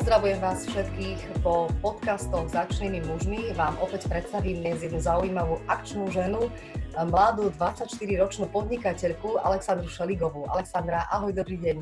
Pozdravujem vás všetkých po podcastoch Začnými mužmi. Vám opäť predstavím dnes jednu zaujímavú akčnú ženu, mladú 24-ročnú podnikateľku Alexandru Šeligovú. Alexandra, ahoj, dobrý deň.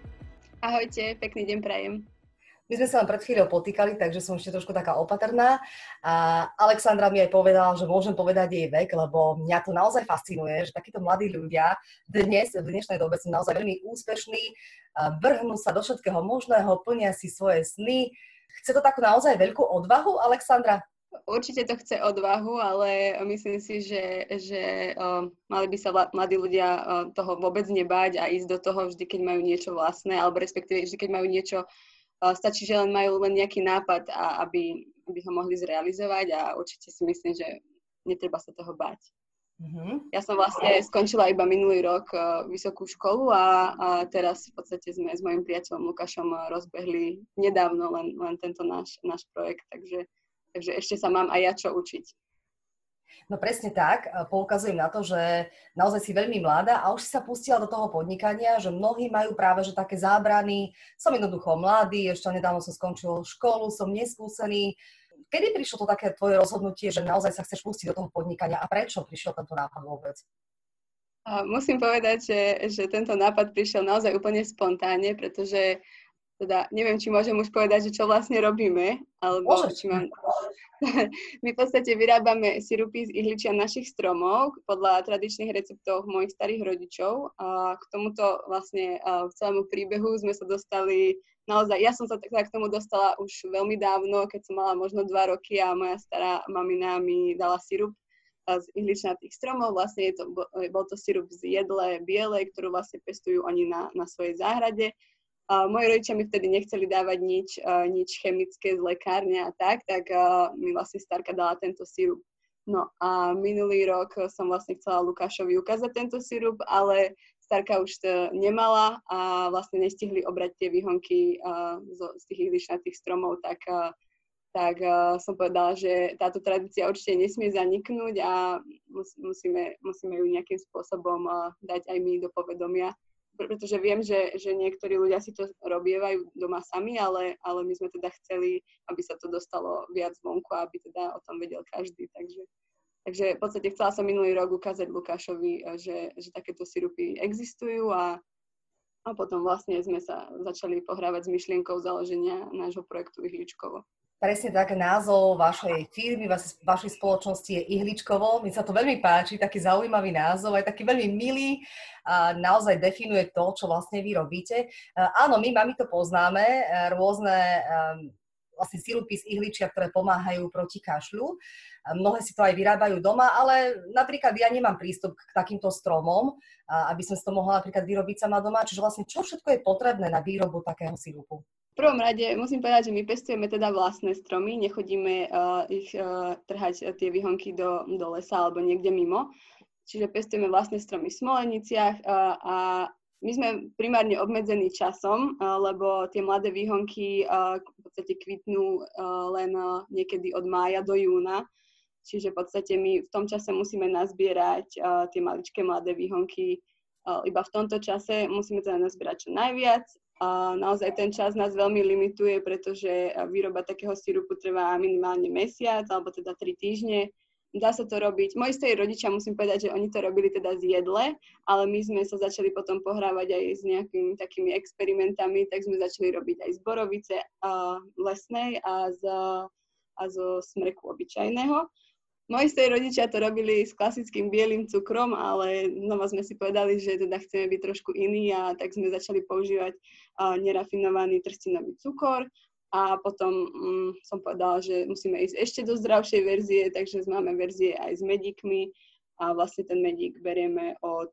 Ahojte, pekný deň prajem. My sme sa len pred chvíľou potýkali, takže som ešte trošku taká opatrná. A Alexandra mi aj povedala, že môžem povedať jej vek, lebo mňa to naozaj fascinuje, že takíto mladí ľudia v dnešnej dobe sú naozaj veľmi úspešní, vrhnú sa do všetkého možného, plnia si svoje sny. Chce to takú naozaj veľkú odvahu, Alexandra? Určite to chce odvahu, ale myslím si, že mali by sa mladí ľudia toho vôbec nebáť a ísť do toho vždy, keď majú niečo vlastné, alebo respektíve vždy, keď majú niečo. Stačí, že majú len nejaký nápad, aby ho mohli zrealizovať a určite si myslím, že netreba sa toho báť. Mm-hmm. Ja som vlastne skončila iba minulý rok vysokú školu a teraz v podstate sme s mojím priateľom Lukášom rozbehli nedávno len tento náš projekt, takže ešte sa mám aj ja čo učiť. No presne tak, poukazujem na to, že naozaj si veľmi mladá a už si sa pustila do toho podnikania, že mnohí majú práve že také zábrany, som jednoducho mladý, ešte nedávno som skončil školu, som neskúsený. Kedy prišlo to také tvoje rozhodnutie, že naozaj sa chceš pustiť do toho podnikania a prečo prišiel tento nápad vôbec? Musím povedať, že tento nápad prišiel naozaj úplne spontánne, pretože teda neviem, či môžem už povedať, že čo vlastne robíme, alebo či mám... My v podstate vyrábame sirupy z ihličia našich stromov podľa tradičných receptov mojich starých rodičov a k tomuto vlastne k celému príbehu sme sa dostali naozaj, ja som sa k tomu dostala už veľmi dávno, keď som mala možno 2 roky a moja stará mamina mi dala sirup z ihličnatých stromov, vlastne bol to sirup z jedle bielej, ktorú vlastne pestujú oni na svojej záhrade. Moji rodičia mi vtedy nechceli dávať nič chemické z lekárne a tak mi vlastne starka dala tento sirup. No a minulý rok som vlastne chcela Lukášovi ukázať tento sirup, ale starka už to nemala a vlastne nestihli obrať tie výhonky z tých ihličnatých stromov, tak som povedala, že táto tradícia určite nesmie zaniknúť a musíme ju nejakým spôsobom dať aj my do povedomia. Pretože viem, že niektorí ľudia si to robievajú doma sami, ale my sme teda chceli, aby sa to dostalo viac vonku a aby teda o tom vedel každý. Takže v podstate chcela som minulý rok ukázať Lukášovi, že takéto sirupy existujú a potom vlastne sme sa začali pohrávať s myšlienkou založenia nášho projektu Ihličkovo. Presne tak, názov vašej firmy, vašej spoločnosti je Ihličkovo. Mi sa to veľmi páči, taký zaujímavý názov, aj taký veľmi milý a naozaj definuje to, čo vlastne vy robíte. Áno, my mami to poznáme, rôzne vlastne sirupy z ihličia, ktoré pomáhajú proti kašľu. Mnohé si to aj vyrábajú doma, ale napríklad ja nemám prístup k takýmto stromom, aby som si to mohla napríklad vyrobiť sama doma. Čiže vlastne čo všetko je potrebné na výrobu takého sirupu? V prvom rade musím povedať, že my pestujeme teda vlastné stromy, nechodíme ich trhať tie výhonky do lesa alebo niekde mimo. Čiže pestujeme vlastné stromy v Smoleniciach a my sme primárne obmedzení časom, lebo tie mladé výhonky v podstate kvitnú len niekedy od mája do júna. Čiže v podstate my v tom čase musíme nazbierať tie maličké mladé výhonky. Iba v tomto čase musíme teda nazbierať čo najviac. Naozaj ten čas nás veľmi limituje, pretože výroba takého sirupu trvá minimálne mesiac, alebo teda 3 týždne. Dá sa to robiť. Moji starí rodičia, musím povedať, že oni to robili teda z jedle, ale my sme sa začali potom pohrávať aj s nejakými takými experimentami, tak sme začali robiť aj z borovice lesnej a zo smreku obyčajného. Moji starí rodičia to robili s klasickým bielým cukrom, ale znova sme si povedali, že teda chceme byť trošku iní a tak sme začali používať nerafinovaný trstinový cukor a potom som povedala, že musíme ísť ešte do zdravšej verzie, takže máme verzie aj s medíkmi a vlastne ten medík berieme od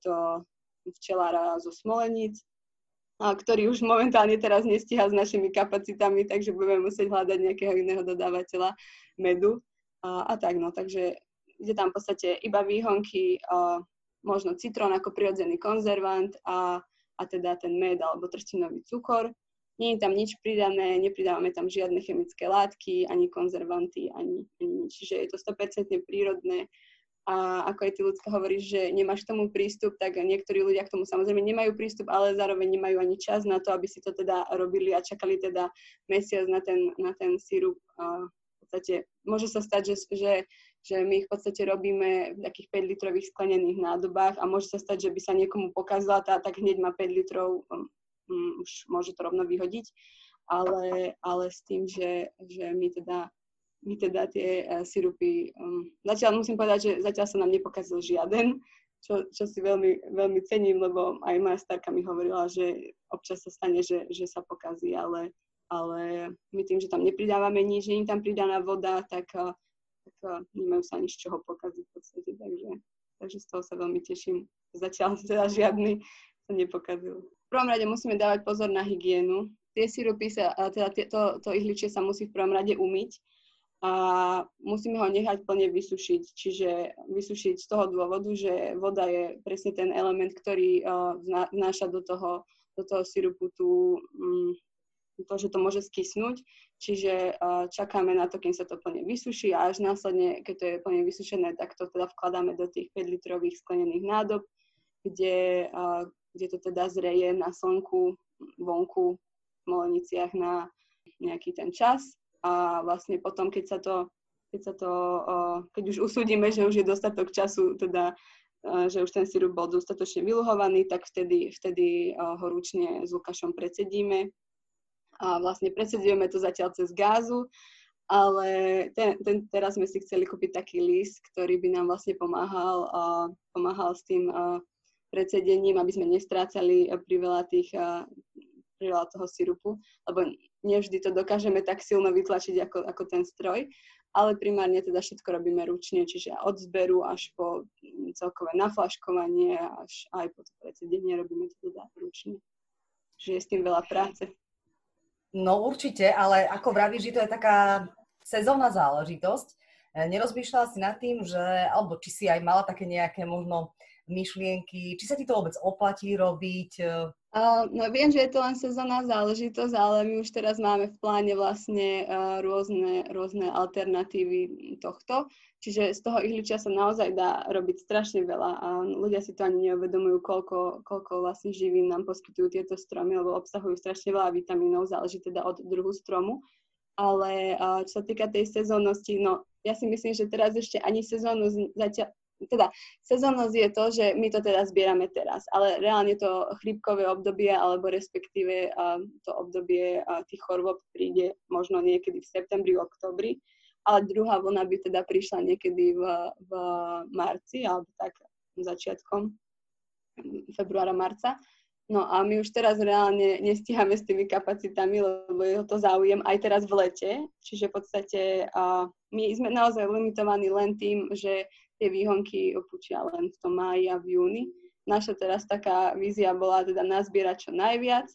včelára zo Smoleníc, ktorý už momentálne teraz nestíha s našimi kapacitami, takže budeme musieť hľadať nejakého iného dodávateľa medu. A tak, no, takže ide tam v podstate iba výhonky, možno citrón ako prirodzený konzervant a teda ten med alebo trstinový cukor. Nie je tam nič pridané, nepridávame tam žiadne chemické látky, ani konzervanty, ani nič. Čiže je to 100% prírodné a ako aj ty, Ľudská, hovoríš, že nemáš k tomu prístup, tak niektorí ľudia k tomu samozrejme nemajú prístup, ale zároveň nemajú ani čas na to, aby si to teda robili a čakali teda mesiac na ten sirup. V podstate môže sa stať, že my ich v podstate robíme v takých 5-litrových sklenených nádobách a môže sa stať, že by sa niekomu pokazila tak hneď má 5 litrov, už môže to rovno vyhodiť, ale s tým, že my teda tie sirupy, zatiaľ musím povedať, že zatiaľ sa nám nepokazil žiaden, čo si veľmi, veľmi cením, lebo aj moja starka mi hovorila, že občas sa stane, že sa pokazí, ale my tým, že tam nepridávame nič, nie je tam pridaná voda, tak nemajú sa ani z čoho pokaziť v podstate, takže z toho sa veľmi teším. Zatiaľ teda žiadny sa nepokazil. V prvom rade musíme dávať pozor na hygienu. Tie sirupy to ihličie sa musí v prvom rade umyť a musíme ho nechať plne vysušiť. Čiže vysušiť z toho dôvodu, že voda je presne ten element, ktorý vnáša do toho sirupu to, že to môže skysnúť. Čiže čakáme na to, kým sa to plne vysuší a až následne, keď to je plne vysušené, tak to teda vkladáme do tých 5-litrových sklenených nádob, kde to teda zreje na slnku, vonku, v moleniciach na nejaký ten čas. A vlastne potom, keď už usúdime, že už je dostatok času, teda, že už ten sirup bol dostatočne vyluhovaný, tak vtedy ho ručne s Lukášom precedíme. A vlastne precedzujeme to zatiaľ cez gázu, ale teraz sme si chceli kúpiť taký list, ktorý by nám vlastne pomáhal s tým precedením, aby sme nestrácali priveľa toho sirupu, lebo nevždy to dokážeme tak silno vytlačiť ako ten stroj, ale primárne teda všetko robíme ručne, čiže od zberu až po celkové naflaškovanie, až aj po to precedenie robíme to teda ručne. Čiže je s tým veľa práce. No určite, ale ako vravíš, že to je taká sezónna záležitosť. Nerozmýšľala si nad tým, alebo či si aj mala také nejaké možno myšlienky, či sa ti to vôbec oplatí robiť? No viem, že je to len sezónna záležitosť, ale my už teraz máme v pláne vlastne rôzne alternatívy tohto. Čiže z toho ihličia sa naozaj dá robiť strašne veľa a ľudia si to ani neuvedomujú, koľko vlastne živín nám poskytujú tieto stromy, lebo obsahujú strašne veľa vitamínov, záleží teda od druhu stromu. Ale čo sa týka tej sezónnosti, no ja si myslím, že teraz ešte ani sezónnosť zatiaľ, teda sezónnosť je to, že my to teda zbierame teraz, ale reálne to chrípkové obdobie, alebo respektíve to obdobie tých chorôb príde možno niekedy v septembri, októbri, ale druhá vlna by teda prišla niekedy v marci, alebo tak začiatkom februára, marca. No a my už teraz reálne nestíhame s tými kapacitami, lebo je to záujem aj teraz v lete, čiže v podstate my sme naozaj limitovaní len tým, že tie výhonky opúčia len v tom máji a v júni. Naša teraz taká vízia bola teda nazbierať čo najviac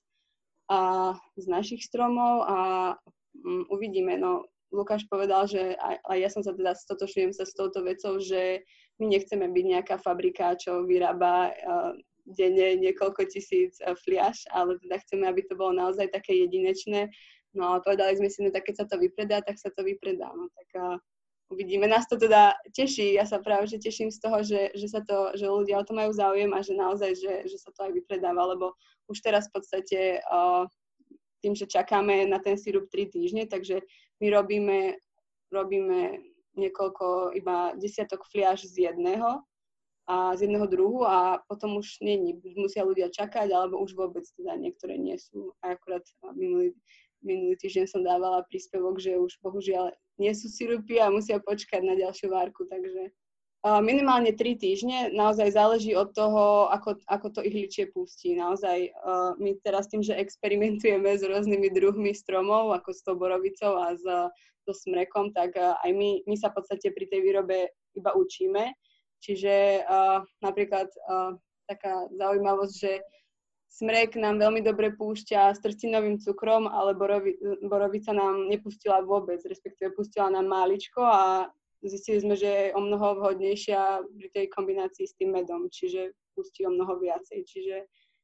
z našich stromov a uvidíme. No, Lukáš povedal, že aj ja som sa teda stotožňujem sa s touto vecou, že my nechceme byť nejaká fabrika, čo vyrába denne niekoľko tisíc fliaš, ale teda chceme, aby to bolo naozaj také jedinečné. No a povedali sme si, no tak keď sa to vypredá, tak sa to vypredá. No tak uvidíme. Nás to teda teší. Ja sa práve že teším z toho, že ľudia o to majú záujem a že naozaj, že sa to aj vypredáva, lebo už teraz v podstate tým, že čakáme na ten sirup 3 týždne, takže my robíme niekoľko, iba desiatok fliaš z jedného druhu a potom už musia ľudia čakať, alebo už vôbec teda niektoré nie sú. A akurát minulý týždeň som dávala príspevok, že už bohužiaľ nie sú sirupy a musia počkať na ďalšiu várku, takže minimálne 3 týždne, naozaj záleží od toho, ako to ihličie pustí. Naozaj my teraz tým, že experimentujeme s rôznymi druhmi stromov, ako s tou borovicou a so smrekom, tak aj my sa v podstate pri tej výrobe iba učíme. Čiže napríklad taká zaujímavosť, že smrek nám veľmi dobre púšťa s trstinovým cukrom, ale borovica nám nepustila vôbec, respektíve pustila nám máličko a zistili sme, že je o mnoho vhodnejšia pri tej kombinácii s tým medom, čiže pustí o mnoho viacej. Čiže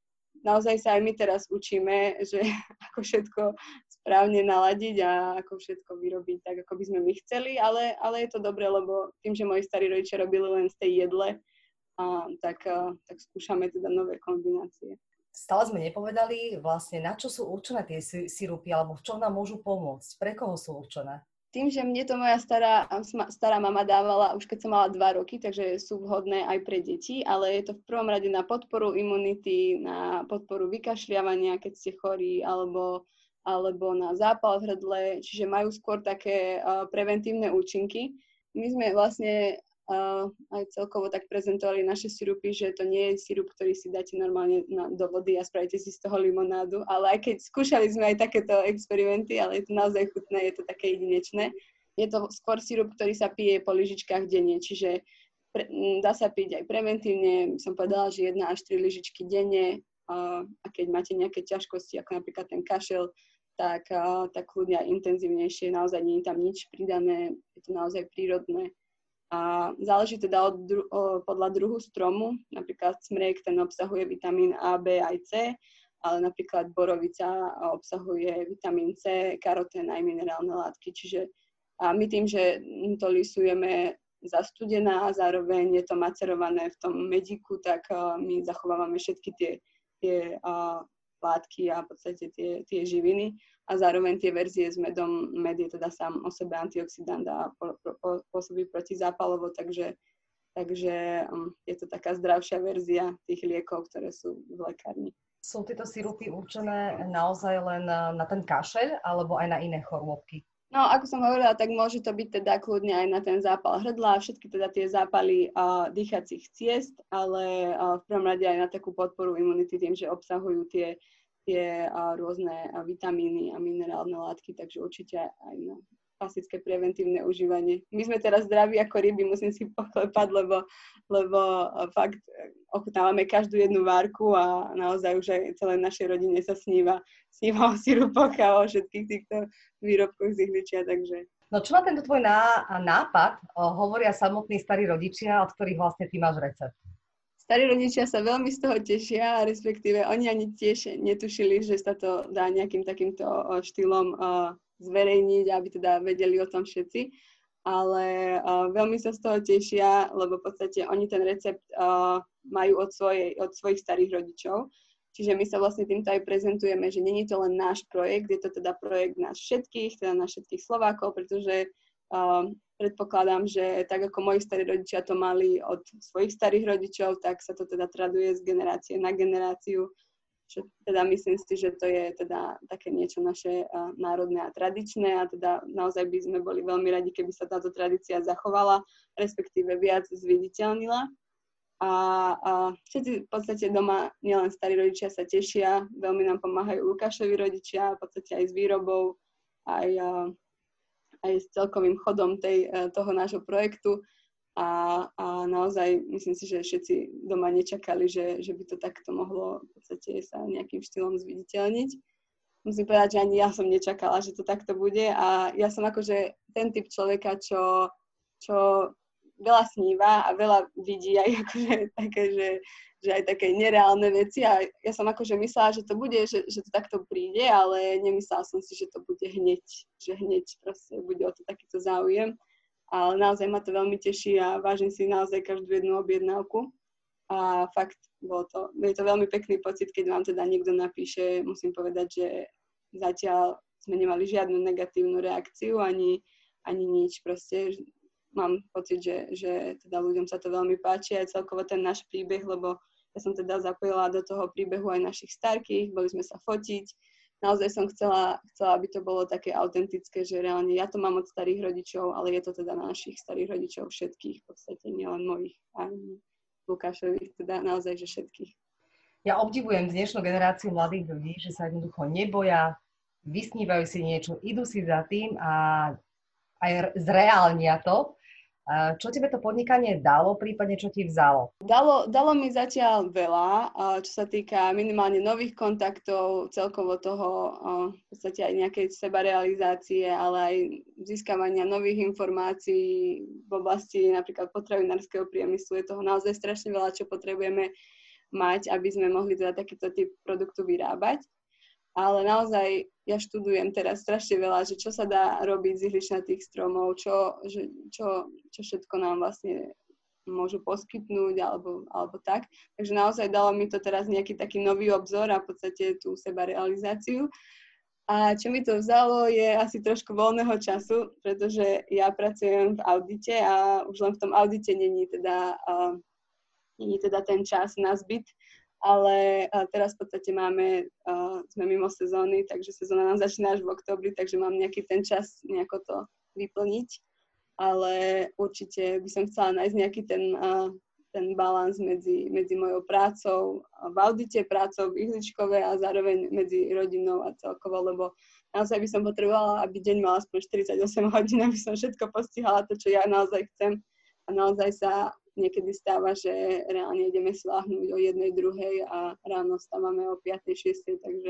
naozaj sa aj my teraz učíme, že ako všetko správne naladiť a ako všetko vyrobiť tak, ako by sme my chceli, ale je to dobré, lebo tým, že moji starí rodičia robili len z tej jedle, tak skúšame teda nové kombinácie. Stále sme nepovedali vlastne, na čo sú určené tie sirupy, alebo v čom nám môžu pomôcť, pre koho sú určené? Tým, že mne to moja stará mama dávala už keď som mala 2 roky, takže sú vhodné aj pre deti, ale je to v prvom rade na podporu imunity, na podporu vykašľavania, keď ste chorí, alebo na zápal v hrdle, čiže majú skôr také preventívne účinky. My sme vlastne aj celkovo tak prezentovali naše sirupy, že to nie je sirup, ktorý si dáte normálne do vody a spravíte si z toho limonádu, ale aj keď skúšali sme aj takéto experimenty, ale je to naozaj chutné, je to také jedinečné. Je to skôr sirup, ktorý sa pije po lyžičkách denne, čiže dá sa piť aj preventívne, som povedala, že 1 až 3 lyžičky denne a keď máte nejaké ťažkosti, ako napríklad ten kašel, tak ľudia intenzívnejšie, naozaj nie je tam nič pridané, je to naozaj prírodné. A záleží teda podľa druhu stromu, napríklad smrek, ten obsahuje vitamín A, B aj C, ale napríklad borovica obsahuje vitamín C, karotén aj minerálne látky. Čiže a my tým, že to lisujeme zastudená a zároveň je to macerované v tom medíku, tak my zachovávame všetky tie látky a v podstate tie živiny. A zároveň tie verzie s medom, med je teda sám o sebe antioxidant a pôsobí protizápalovo, takže je to taká zdravšia verzia tých liekov, ktoré sú v lekárni. Sú tieto sirupy určené naozaj len na ten kašeľ, alebo aj na iné chorôbky? No, ako som hovorila, tak môže to byť teda kľudne aj na ten zápal hrdla, všetky teda tie zápaly dýchacích ciest, ale v prvom rade aj na takú podporu imunity tým, že obsahujú tie rôzne vitamíny a minerálne látky, takže určite aj na klasické preventívne užívanie. My sme teraz zdraví ako ryby, musím si poklepať, lebo fakt ochutnávame každú jednu várku a naozaj už aj celej našej rodine sa sníva o sirupoch a o všetkých týchto výrobkoch z ihličia, takže... No čo na tento tvoj nápad hovoria samotní starí rodičia, od ktorých vlastne ty máš recept? Starí rodičia sa veľmi z toho tešia, respektíve oni ani tiež netušili, že sa to dá nejakým takýmto štýlom zverejniť, aby teda vedeli o tom všetci. Ale veľmi sa z toho tešia, lebo v podstate oni ten recept majú od svojich starých rodičov. Čiže my sa vlastne týmto aj prezentujeme, že nie je to len náš projekt, je to teda projekt nás všetkých, teda nás všetkých Slovákov, pretože predpokladám, že tak ako moji starí rodičia to mali od svojich starých rodičov, tak sa to teda traduje z generácie na generáciu. Čo teda myslím si, že to je teda také niečo naše národné a tradičné a teda naozaj by sme boli veľmi radi, keby sa táto tradícia zachovala, respektíve viac zviditeľnila. A všetci v podstate doma, nielen starí rodičia sa tešia, veľmi nám pomáhajú Lukášovi rodičia, v podstate aj s výrobou, aj s celkovým chodom toho nášho projektu a naozaj myslím si, že všetci doma nečakali, že by to takto mohlo v podstate sa nejakým štýlom zviditeľniť. Musím povedať, že ani ja som nečakala, že to takto bude a ja som akože ten typ človeka, čo veľa sníva a veľa vidí aj akože také, že aj také nereálne veci a ja som akože myslela, že to bude, že to takto príde, ale nemyslela som si, že to bude hneď, že hneď proste bude o to takýto záujem. Ale naozaj ma to veľmi teší a vážim si naozaj každú jednu objednávku. A fakt je to veľmi pekný pocit, keď vám teda niekto napíše, musím povedať, že zatiaľ sme nemali žiadnu negatívnu reakciu, ani nič proste. Mám pocit, že teda ľuďom sa to veľmi páči aj celkovo ten náš príbeh, lebo ja som teda zapojila do toho príbehu aj našich starkých, boli sme sa fotiť. Naozaj som chcela, aby to bolo také autentické, že reálne ja to mám od starých rodičov, ale je to teda našich starých rodičov všetkých, v podstate nielen mojich, ani Lukášových, teda naozaj, že všetkých. Ja obdivujem dnešnú generáciu mladých ľudí, že sa jednoducho neboja, vysnívajú si niečo, idú si za tým a aj zreálnia to. Čo tebe to podnikanie dalo, prípadne čo ti vzalo? Dalo mi zatiaľ veľa, čo sa týka minimálne nových kontaktov, celkovo toho v podstate aj nejakej sebarealizácie, ale aj získavania nových informácií v oblasti napríklad potravinárskeho priemyslu. Je toho naozaj strašne veľa, čo potrebujeme mať, aby sme mohli teda takýto typ produktu vyrábať. Ale naozaj ja študujem teraz strašne veľa, že čo sa dá robiť z ihličnatých stromov, čo všetko nám vlastne môžu poskytnúť alebo tak. Takže naozaj dalo mi to teraz nejaký taký nový obzor a v podstate tú sebarealizáciu. A čo mi to vzalo je asi trošku voľného času, pretože ja pracujem v audite a už len v tom audite není teda ten čas na zbyt. Ale teraz v podstate sme mimo sezóny, takže sezóna nám začína až v októbri, takže mám nejaký ten čas nejako to vyplniť. Ale určite by som chcela nájsť nejaký ten balans medzi mojou prácou v audite, prácou v ihličkove a zároveň medzi rodinou a celkovo, lebo naozaj by som potrebovala, aby deň mal aspoň 48 hodín, aby som všetko postihala to, čo ja naozaj chcem. A naozaj sa niekedy stáva, že reálne ideme sláhnuť o 1:00 a ráno stávame o 5:00, 6:00, takže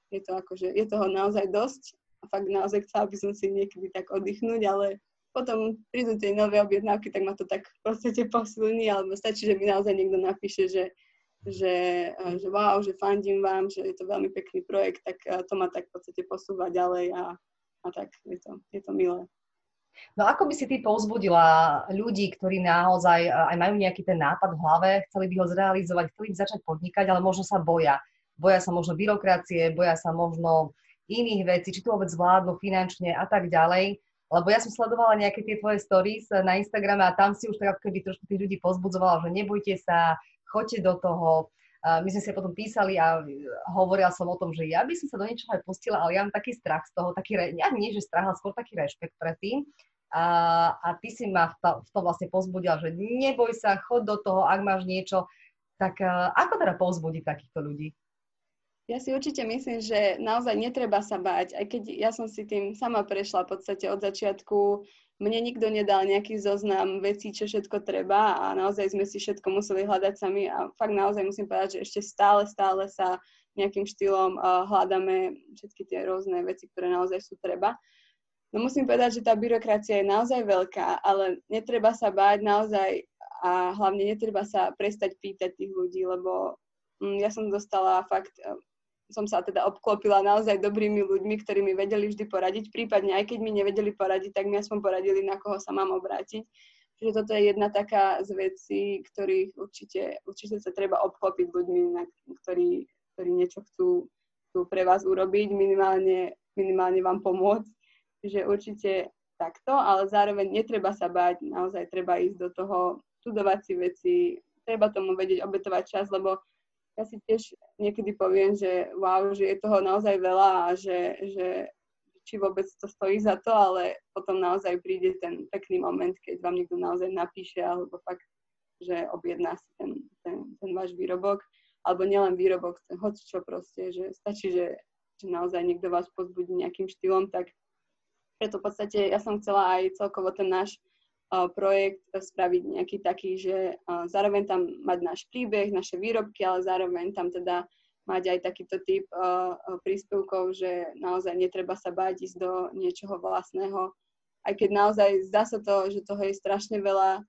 je toho naozaj dosť. A fakt naozaj chcela by som si niekedy tak oddychnúť, ale potom prídu tie nové objednávky, tak ma to tak v podstate posilní, alebo stačí, že mi naozaj niekto napíše, že wow, že fandím vám, že je to veľmi pekný projekt, tak to ma tak v podstate posúva ďalej a tak je to milé. No ako by si ty povzbudila ľudí, ktorí naozaj aj majú nejaký ten nápad v hlave, chceli by ho zrealizovať, chceli by začať podnikať, ale možno sa boja. Boja sa možno byrokracie, boja sa možno iných vecí, či to vôbec zvládnu finančne a tak ďalej. Lebo ja som sledovala nejaké tie tvoje stories na Instagrame a tam si už tak ako keby trošku tých ľudí povzbudzovala, že nebojte sa, choďte do toho. My sme si potom písali a hovorila som o tom, že ja by som sa do niečoho aj pustila, ale ja mám taký strach z toho, nie že strach, ale skôr taký rešpekt pred tým. A ty si ma v tom vlastne povzbudila, že neboj sa, choď do toho, ak máš niečo. Tak ako teda povzbudiť takýchto ľudí? Ja si určite myslím, že naozaj netreba sa báť, aj keď ja som si tým sama prešla v podstate od začiatku. Mne nikto nedal nejaký zoznam vecí, čo všetko treba a naozaj sme si všetko museli hľadať sami a fakt naozaj musím povedať, že ešte stále sa nejakým štýlom hľadáme všetky tie rôzne veci, ktoré naozaj sú treba. No musím povedať, že tá byrokracia je naozaj veľká, ale netreba sa báť naozaj a hlavne netreba sa prestať pýtať tých ľudí, lebo ja som dostala fakt... som sa teda obklopila naozaj dobrými ľuďmi, ktorí mi vedeli vždy poradiť, prípadne aj keď mi nevedeli poradiť, tak mi aspoň poradili, na koho sa mám obrátiť. Čiže toto je jedna taká z vecí, ktorých určite sa treba obklopiť ľuďmi, ktorí niečo chcú pre vás urobiť, minimálne vám pomôcť. Čiže určite takto, ale zároveň netreba sa báť, naozaj treba ísť do toho, študovať si veci, treba tomu vedieť obetovať čas, lebo ja si tiež niekedy poviem, že wow, že je toho naozaj veľa a že či vôbec to stojí za to, ale potom naozaj príde ten pekný moment, keď vám niekto naozaj napíše alebo fakt, že objedná si ten váš výrobok, alebo nielen výrobok, hocičo proste, že stačí, že naozaj niekto vás pozbudí nejakým štýlom, tak preto v podstate ja som chcela aj celkovo ten náš projekt spraviť nejaký taký, že zároveň tam mať náš príbeh, naše výrobky, ale zároveň tam teda mať aj takýto typ príspevkov, že naozaj netreba sa báť ísť do niečoho vlastného. Aj keď naozaj zdá sa to, že toho je strašne veľa,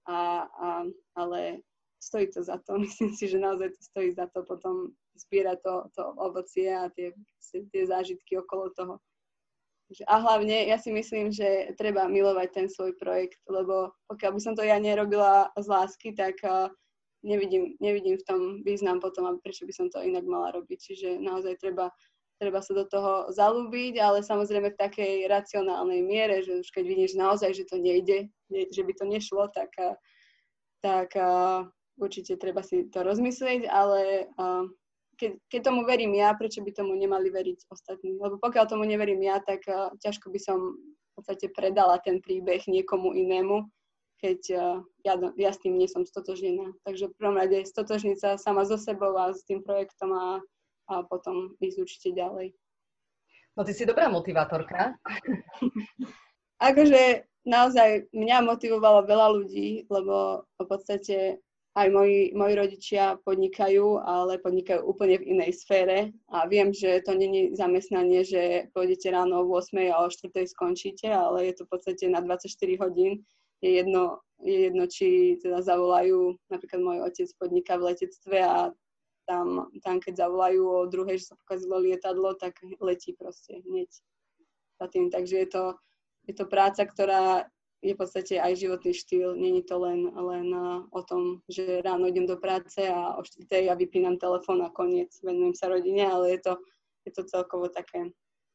ale stojí to za to. Myslím si, že naozaj to stojí za to potom zbierať to ovocie a tie zážitky okolo toho. A hlavne ja si myslím, že treba milovať ten svoj projekt, lebo pokiaľ by som to ja nerobila z lásky, tak nevidím v tom význam potom, a prečo by som to inak mala robiť. Čiže naozaj treba sa do toho zaľúbiť, ale samozrejme v takej racionálnej miere, že už keď vidíš naozaj, že to nejde, že by to nešlo, tak určite treba si to rozmyslieť, ale keď tomu verím ja, prečo by tomu nemali veriť ostatní? Lebo pokiaľ tomu neverím ja, tak ťažko by som v podstate predala ten príbeh niekomu inému, keď ja s tým nie som stotožnená. Takže v prvom rade stotožniť sa sama so sebou a s tým projektom a potom ísť určite ďalej. No ty si dobrá motivátorka. Akože naozaj mňa motivovalo veľa ľudí, lebo v podstate aj moji rodičia podnikajú, ale podnikajú úplne v inej sfére a viem, že to nie je zamestnanie, že pôjdete ráno o 8 a o 4 skončíte, ale je to v podstate na 24 hodín. Je jedno, je jedno, či teda zavolajú, napríklad môj otec podniká v letectve a tam keď zavolajú o 2:00, že sa pokazilo lietadlo, tak letí proste hneď za tým. Takže je to práca, ktorá je v podstate aj životný štýl. Není to len o tom, že ráno idem do práce a o 4:00 ja vypínam telefón a koniec, venujem sa rodine, ale je to celkovo také,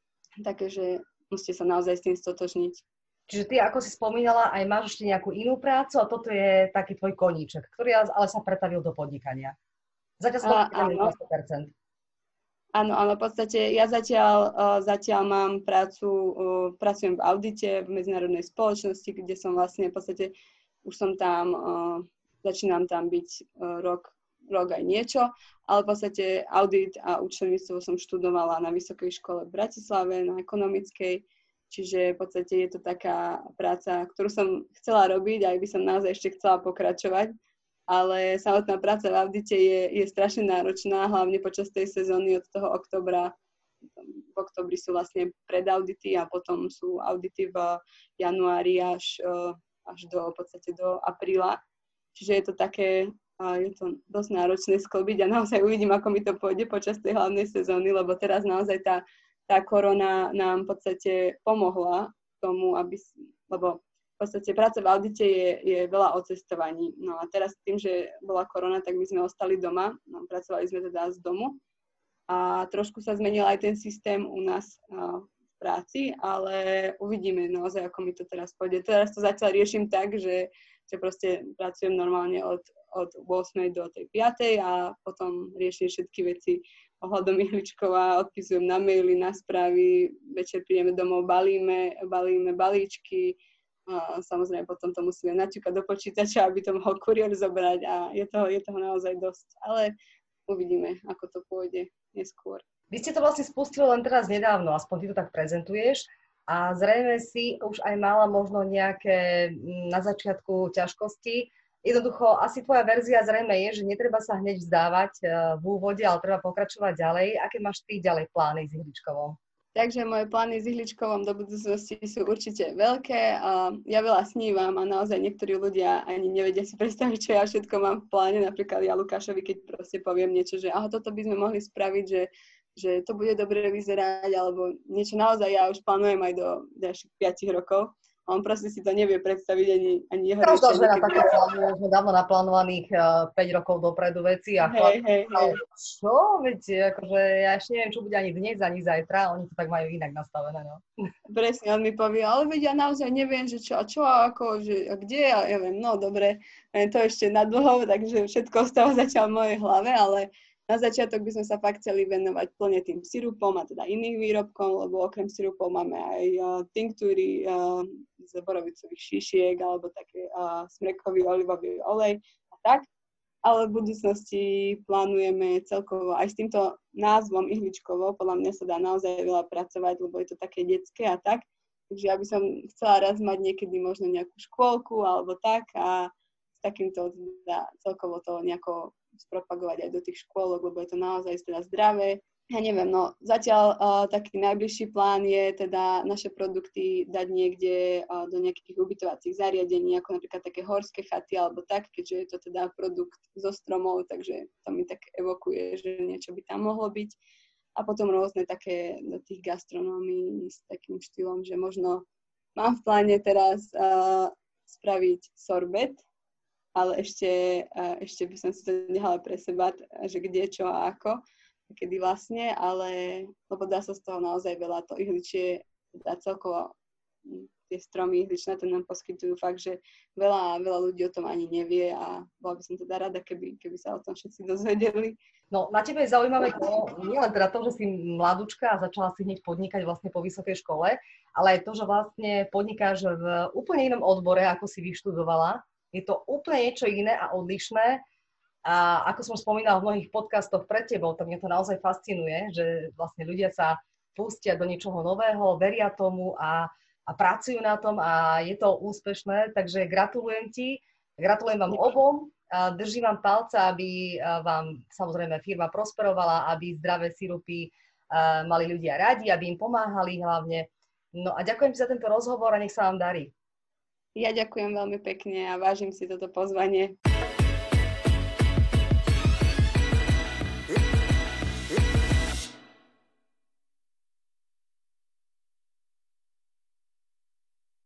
že musíte sa naozaj s tým stotožniť. Čiže ty, ako si spomínala, aj máš ešte nejakú inú prácu a toto je taký tvoj koníček, ktorý ale sa pretavil do podnikania. Zatiaľ áno. 100%. Áno, ale v podstate ja zatiaľ mám pracujem v audite v medzinárodnej spoločnosti, kde som vlastne v podstate už som tam, začínam tam byť rok aj niečo, ale v podstate audit a účtovníctvo som študovala na Vysokej škole v Bratislave, na ekonomickej, čiže v podstate je to taká práca, ktorú som chcela robiť a aj by som naozaj ešte chcela pokračovať. Ale samotná práca v audite je strašne náročná, hlavne počas tej sezóny od toho októbra. V októbri sú vlastne predaudity a potom sú audity v januári až v podstate do apríla. Čiže je to také, je to dosť náročné sklbiť a naozaj uvidím, ako mi to pôjde počas tej hlavnej sezóny, lebo teraz naozaj tá korona nám v podstate pomohla tomu, lebo v podstate práca v audite je veľa o cestovaní. No a teraz tým, že bola korona, tak my sme ostali doma. No, pracovali sme teda z domu. A trošku sa zmenil aj ten systém u nás v práci, ale uvidíme naozaj, ako mi to teraz pôjde. Teraz to zatiaľ riešim tak, že proste pracujem normálne od 8. do tej 5. a potom riešim všetky veci ohľadom ihličkova, odpisujem na maily, na správy, večer prídeme domov, balíme balíčky. A samozrejme potom to musíme naťukať do počítača, aby to mohol kuriér zobrať a je toho naozaj dosť. Ale uvidíme, ako to pôjde neskôr. Vy ste to vlastne spustili len teraz nedávno, aspoň ty to tak prezentuješ a zrejme si už aj mala možno nejaké na začiatku ťažkosti. Jednoducho, asi tvoja verzia zrejme je, že netreba sa hneď vzdávať v úvode, ale treba pokračovať ďalej. Aké máš ty ďalej plány s ihličkovom? Takže moje plány s ihličkovom do budúcnosti sú určite veľké a ja veľa snívam a naozaj niektorí ľudia ani nevedia si predstaviť, čo ja všetko mám v pláne. Napríklad ja Lukášovi, keď proste poviem niečo, že toto by sme mohli spraviť, že to bude dobre vyzerať, alebo niečo naozaj ja už plánujem aj do ďalších 5 rokov. A on proste si to nevie predstaviť ani jeho rečenie. Každá žena také plánuje, sme dávno naplánovaných 5 rokov dopredu veci a hej. Čo? Veď, akože ja ešte neviem, čo bude ani dnes, ani zajtra, oni to tak majú inak nastavené, no. Presne, on mi povie, ale veď ja naozaj neviem, že čo a ako, že a kde, a ja viem, no dobre, to ešte nadlho, takže všetko ostáva zatiaľ v mojej hlave, ale na začiatok by sme sa fakt chceli venovať plne tým sirupom a teda iným výrobkom, lebo okrem sirupov máme aj tinktúry z borovicových šišiek alebo také smrekový olivový olej a tak. Ale v budúcnosti plánujeme celkovo aj s týmto názvom ihličkovo, podľa mňa sa dá naozaj veľa pracovať, lebo je to také detské a tak. Takže ja by som chcela raz mať niekedy možno nejakú škôlku alebo tak a s takýmto teda celkovo to nejako spropagovať aj do tých škôlok, lebo je to naozaj teda zdravé. Ja neviem, no zatiaľ taký najbližší plán je teda naše produkty dať niekde do nejakých ubytovacích zariadení, ako napríklad také horské chaty alebo tak, keďže je to teda produkt zo stromov, takže to mi tak evokuje, že niečo by tam mohlo byť. A potom rôzne také do tých gastronómií s takým štýlom, že možno mám v pláne teraz spraviť sorbet, ale ešte by som si to nehala pre seba, že kde, čo a ako, kedy vlastne, ale lebo dá sa z toho naozaj veľa, to ihličie, dá celkovo tie stromy ihličné, to nám poskytujú fakt, že veľa ľudí o tom ani nevie a bola by som teda rada, keby sa o tom všetci dozvedeli. No, na tebe je zaujímavé to, nie len teda to, že si mladúčka a začala si hneď podnikať vlastne po vysokej škole, ale aj to, že vlastne podnikáš v úplne inom odbore, ako si vyštudovala. Je to úplne niečo iné a odlišné. A ako som spomínala v mnohých podcastoch pred tebou, tak mňa to naozaj fascinuje, že vlastne ľudia sa pustia do niečoho nového, veria tomu a pracujú na tom a je to úspešné. Takže gratulujem vám obom. Držím vám palce, aby vám samozrejme firma prosperovala, aby zdravé sirupy mali ľudia radi, aby im pomáhali hlavne. No a ďakujem ti za tento rozhovor a nech sa vám darí. Ja ďakujem veľmi pekne a vážim si toto pozvanie.